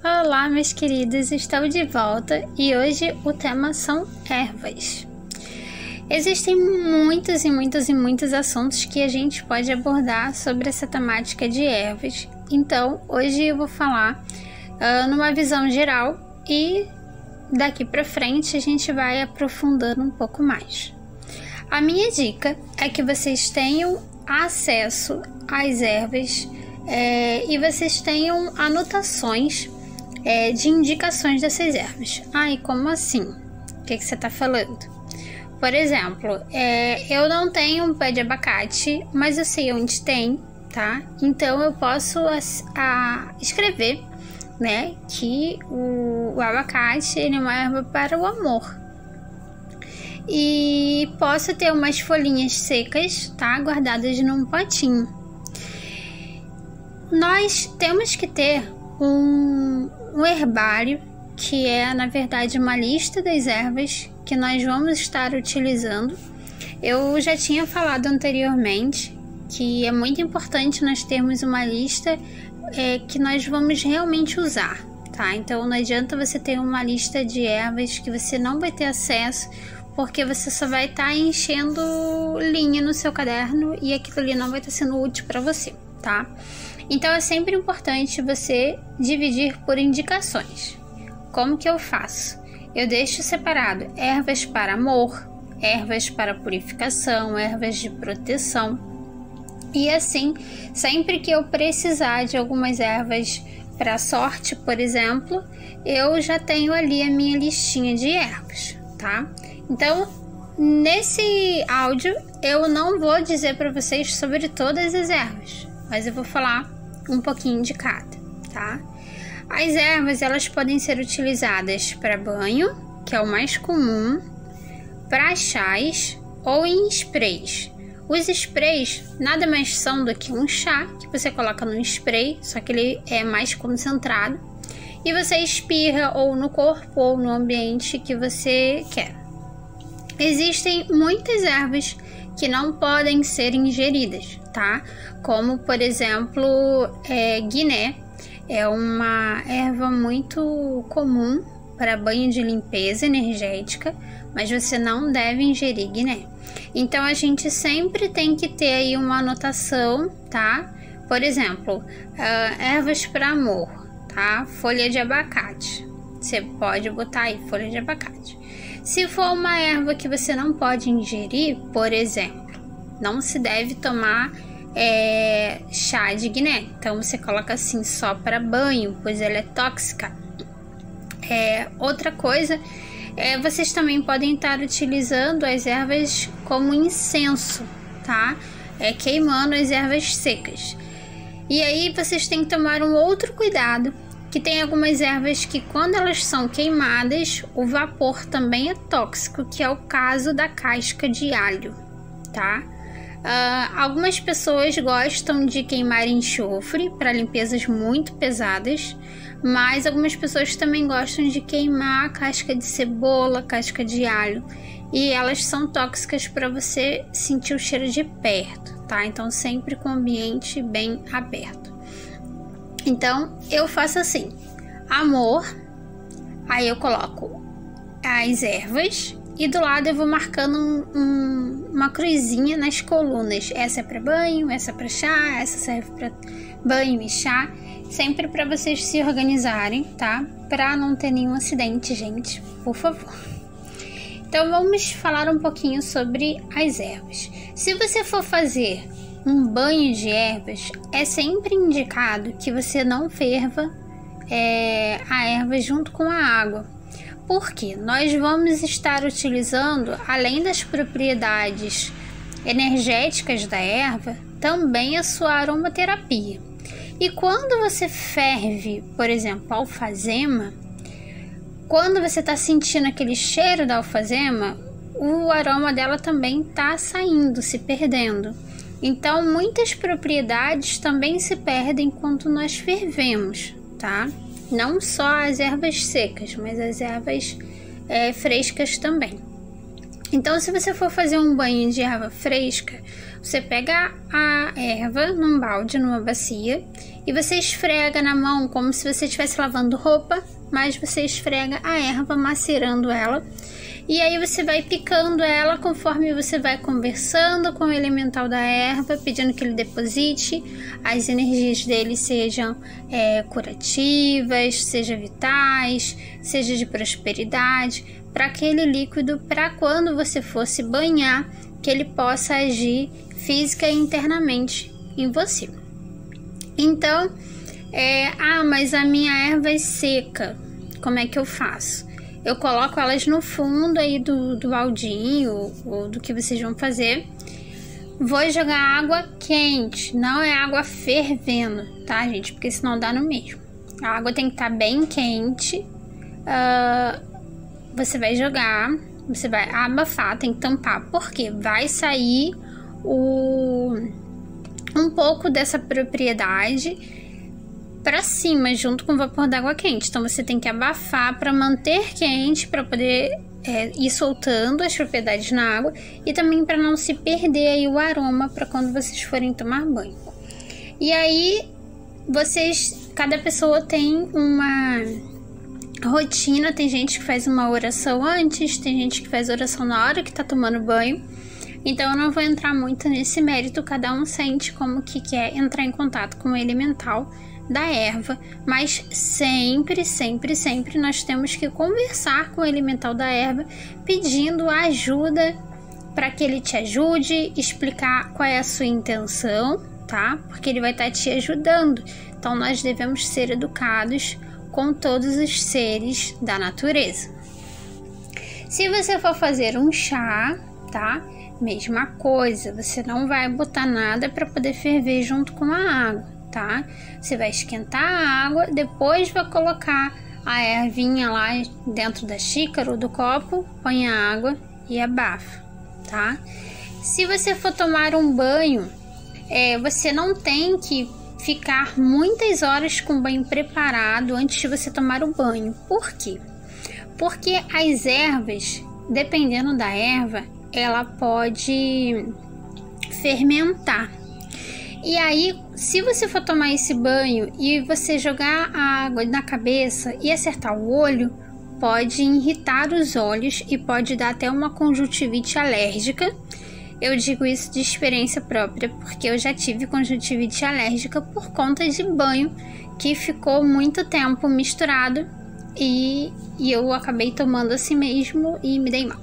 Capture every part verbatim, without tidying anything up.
Olá, meus queridos, estou de volta e hoje o tema são ervas. Existem muitos e muitos e muitos assuntos que a gente pode abordar sobre essa temática de ervas. Então, hoje eu vou falar uh, numa visão geral e daqui para frente a gente vai aprofundando um pouco mais. A minha dica é que vocês tenham acesso às ervas é, e vocês tenham anotações é, de indicações dessas ervas. Ai, como assim? O que, que você está falando? Por exemplo, é, eu não tenho um pé de abacate, mas eu sei onde tem, tá? Então eu posso a, a, escrever, né, que o, o abacate ele é uma erva para o amor. E posso ter umas folhinhas secas, tá? Guardadas num potinho. Nós temos que ter um, um herbário, que é, na verdade, uma lista das ervas que nós vamos estar utilizando. Eu já tinha falado anteriormente que é muito importante nós termos uma lista é, que nós vamos realmente usar, tá? Então não adianta você ter uma lista de ervas que você não vai ter acesso, porque você só vai estar tá enchendo linha no seu caderno e aquilo ali não vai estar tá sendo útil para você, tá? Então é sempre importante você dividir por indicações. Como que eu faço? Eu deixo separado ervas para amor, ervas para purificação, ervas de proteção. E assim, sempre que eu precisar de algumas ervas para sorte, por exemplo, eu já tenho ali a minha listinha de ervas, tá? Então, nesse áudio, eu não vou dizer para vocês sobre todas as ervas, mas eu vou falar um pouquinho de cada, tá? As ervas, elas podem ser utilizadas para banho, que é o mais comum, para chás ou em sprays. Os sprays nada mais são do que um chá que você coloca no spray, só que ele é mais concentrado, e você espirra ou no corpo ou no ambiente que você quer. Existem muitas ervas que não podem ser ingeridas, tá? Como, por exemplo, é, guiné. É uma erva muito comum para banho de limpeza energética, mas você não deve ingerir guiné. Então a gente sempre tem que ter aí uma anotação, tá? Por exemplo, uh, ervas para amor, tá? Folha de abacate. Você pode botar aí folha de abacate. Se for uma erva que você não pode ingerir, por exemplo, não se deve tomar É, chá de guiné. Então você coloca assim só para banho, pois ela é tóxica. É, outra coisa, é, vocês também podem estar utilizando as ervas como incenso, tá? É, queimando as ervas secas. E aí vocês têm que tomar um outro cuidado, que tem algumas ervas que quando elas são queimadas, o vapor também é tóxico, que é o caso da casca de alho, tá? Uh, algumas pessoas gostam de queimar enxofre para limpezas muito pesadas, mas algumas pessoas também gostam de queimar casca de cebola, casca de alho, e elas são tóxicas para você sentir o cheiro de perto, tá? Então sempre com o ambiente bem aberto. Então eu faço assim: amor, aí eu coloco as ervas e do lado eu vou marcando um, um, uma cruzinha nas colunas. Essa é para banho, essa é para chá, essa serve para banho e chá. Sempre para vocês se organizarem, tá? Para não ter nenhum acidente, gente, por favor. Então vamos falar um pouquinho sobre as ervas. Se você for fazer um banho de ervas, é sempre indicado que você não ferva é, a erva junto com a água. Porque nós vamos estar utilizando, além das propriedades energéticas da erva, também a sua aromaterapia. E quando você ferve, por exemplo, a alfazema, quando você está sentindo aquele cheiro da alfazema, o aroma dela também está saindo, se perdendo. Então, muitas propriedades também se perdem quando nós fervemos, tá? Não só as ervas secas, mas as ervas é, frescas também. Então, se você for fazer um banho de erva fresca, você pega a erva num balde, numa bacia, e você esfrega na mão como se você estivesse lavando roupa, mas você esfrega a erva, macerando ela. E aí você vai picando ela conforme você vai conversando com o elemental da erva, pedindo que ele deposite, as energias dele sejam é, curativas, sejam vitais, seja de prosperidade, para aquele líquido, para quando você for se banhar, que ele possa agir física e internamente em você. Então, é, ah, mas a minha erva é seca, como é que eu faço? Eu coloco elas no fundo aí do, do baldinho ou do que vocês vão fazer. Vou jogar água quente, não é água fervendo, tá, gente? Porque senão dá no mesmo. A água tem que estar bem quente. Uh, você vai jogar, você vai abafar, tem que tampar, porque vai sair o, um pouco dessa propriedade para cima, junto com o vapor d'água quente. Então você tem que abafar para manter quente, para poder é, ir soltando as propriedades na água e também para não se perder aí o aroma para quando vocês forem tomar banho. E aí vocês, cada pessoa tem uma rotina, tem gente que faz uma oração antes, tem gente que faz oração na hora que tá tomando banho. Então eu não vou entrar muito nesse mérito, cada um sente como que quer entrar em contato com o elemental da erva, mas sempre, sempre, sempre nós temos que conversar com o elemental da erva, pedindo ajuda para que ele te ajude, explicar qual é a sua intenção, tá? Porque ele vai estar te ajudando. Então nós devemos ser educados com todos os seres da natureza. Se você for fazer um chá, tá? Mesma coisa, você não vai botar nada para poder ferver junto com a água. Tá? Você vai esquentar a água, depois vai colocar a ervinha lá dentro da xícara ou do copo, põe a água e abafa, tá? Se você for tomar um banho, é, você não tem que ficar muitas horas com o banho preparado antes de você tomar o banho. Por quê? Porque as ervas, dependendo da erva, ela pode fermentar. E aí, se você for tomar esse banho e você jogar a água na cabeça e acertar o olho, pode irritar os olhos e pode dar até uma conjuntivite alérgica. Eu digo isso de experiência própria, porque eu já tive conjuntivite alérgica por conta de banho que ficou muito tempo misturado e, e eu acabei tomando assim mesmo e me dei mal.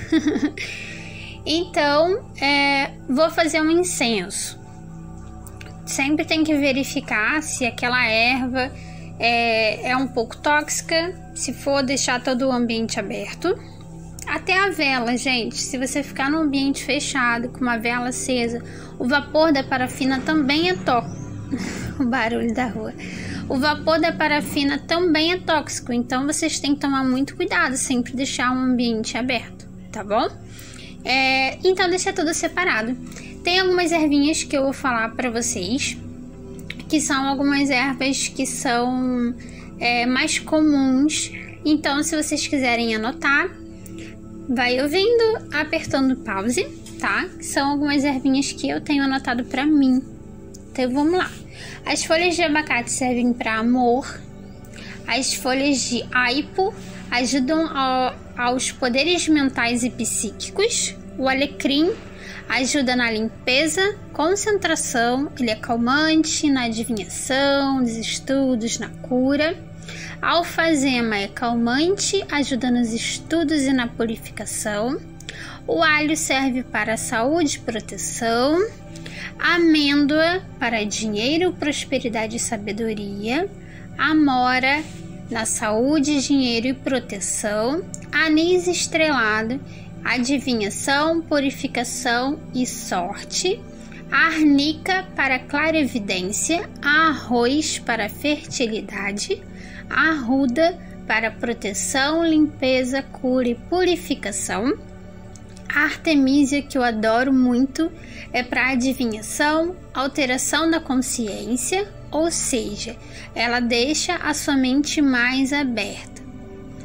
Então, é, vou fazer um incenso. Sempre tem que verificar se aquela erva é, é um pouco tóxica, se for deixar todo o ambiente aberto. Até a vela, gente, se você ficar num ambiente fechado com uma vela acesa, o vapor da parafina também é tóxico. O barulho da rua. O vapor da parafina também é tóxico, então vocês têm que tomar muito cuidado, sempre deixar um ambiente aberto, tá bom? É, então deixa tudo separado. Tem algumas ervinhas que eu vou falar para vocês, que são algumas ervas que são é, mais comuns. Então, se vocês quiserem anotar, vai ouvindo, apertando pause, tá? São algumas ervinhas que eu tenho anotado para mim. Então, vamos lá. As folhas de abacate servem para amor. As folhas de aipo ajudam ao, aos poderes mentais e psíquicos. O alecrim ajuda na limpeza, concentração, ele é calmante na adivinhação, nos estudos, na cura. A alfazema é calmante, ajuda nos estudos e na purificação. O alho serve para a saúde e proteção. A amêndoa para dinheiro, prosperidade e sabedoria. A amora na saúde, dinheiro e proteção. Anis estrelado, adivinhação, purificação e sorte. A arnica para clarividência. A arroz para fertilidade. A arruda para proteção, limpeza, cura e purificação. A artemísia, que eu adoro muito, é para adivinhação, alteração da consciência, ou seja, ela deixa a sua mente mais aberta.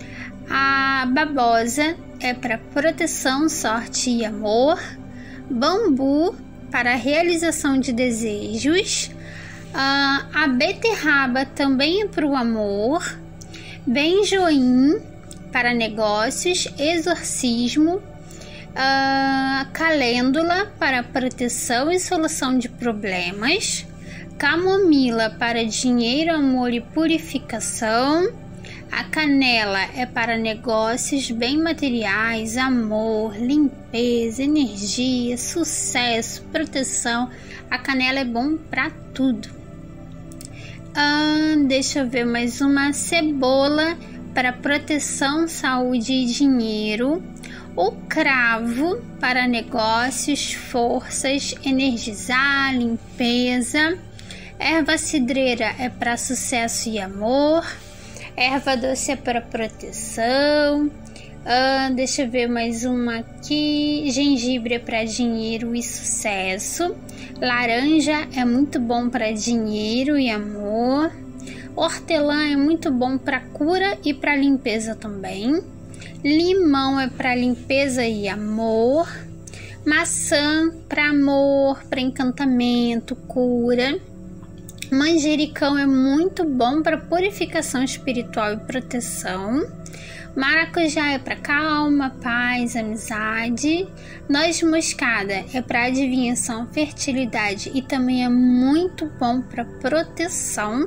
A babosa é para proteção, sorte e amor. Bambu para a realização de desejos. Uh, a beterraba também é para o amor. Benjoim para negócios, exorcismo. Uh, calêndula para proteção e solução de problemas. Camomila para dinheiro, amor e purificação. A canela é para negócios, bem materiais, amor, limpeza, energia, sucesso, proteção. A canela é bom para tudo. Ah, deixa eu ver mais uma. Cebola para proteção, saúde e dinheiro. O cravo para negócios, forças, energizar, limpeza. Erva cidreira é para sucesso e amor. Erva doce é para proteção. Ah, deixa eu ver mais uma aqui. Gengibre é para dinheiro e sucesso. Laranja é muito bom para dinheiro e amor. Hortelã é muito bom para cura e para limpeza também. Limão é para limpeza e amor. Maçã para amor, para encantamento, cura. Manjericão é muito bom para purificação espiritual e proteção. Maracujá é para calma, paz, amizade. Noz moscada é para adivinhação, fertilidade e também é muito bom para proteção.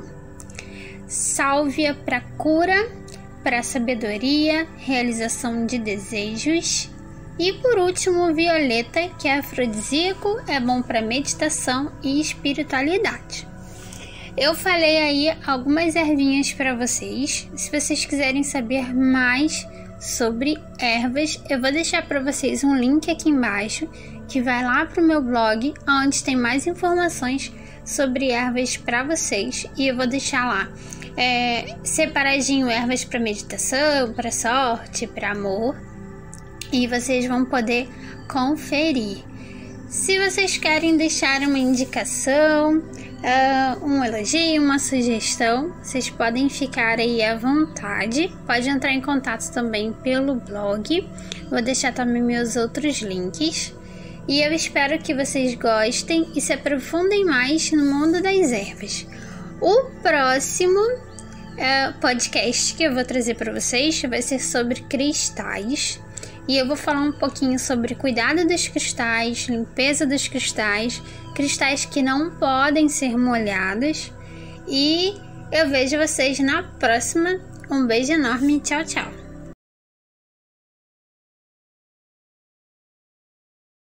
Sálvia para cura, para sabedoria, realização de desejos. E por último, violeta, que é afrodisíaco, é bom para meditação e espiritualidade. Eu falei aí algumas ervinhas para vocês. Se vocês quiserem saber mais sobre ervas, eu vou deixar para vocês um link aqui embaixo que vai lá para o meu blog, onde tem mais informações sobre ervas para vocês. E eu vou deixar lá é, separadinho ervas para meditação, para sorte, para amor. E vocês vão poder conferir. Se vocês querem deixar uma indicação, Uh, um elogio, uma sugestão, vocês podem ficar aí à vontade. Pode entrar em contato também pelo blog. Vou deixar também meus outros links. E eu espero que vocês gostem e se aprofundem mais no mundo das ervas. O próximo uh, podcast que eu vou trazer para vocês vai ser sobre cristais. E eu vou falar um pouquinho sobre cuidado dos cristais, limpeza dos cristais, cristais que não podem ser molhados. E eu vejo vocês na próxima. Um beijo enorme e tchau, tchau!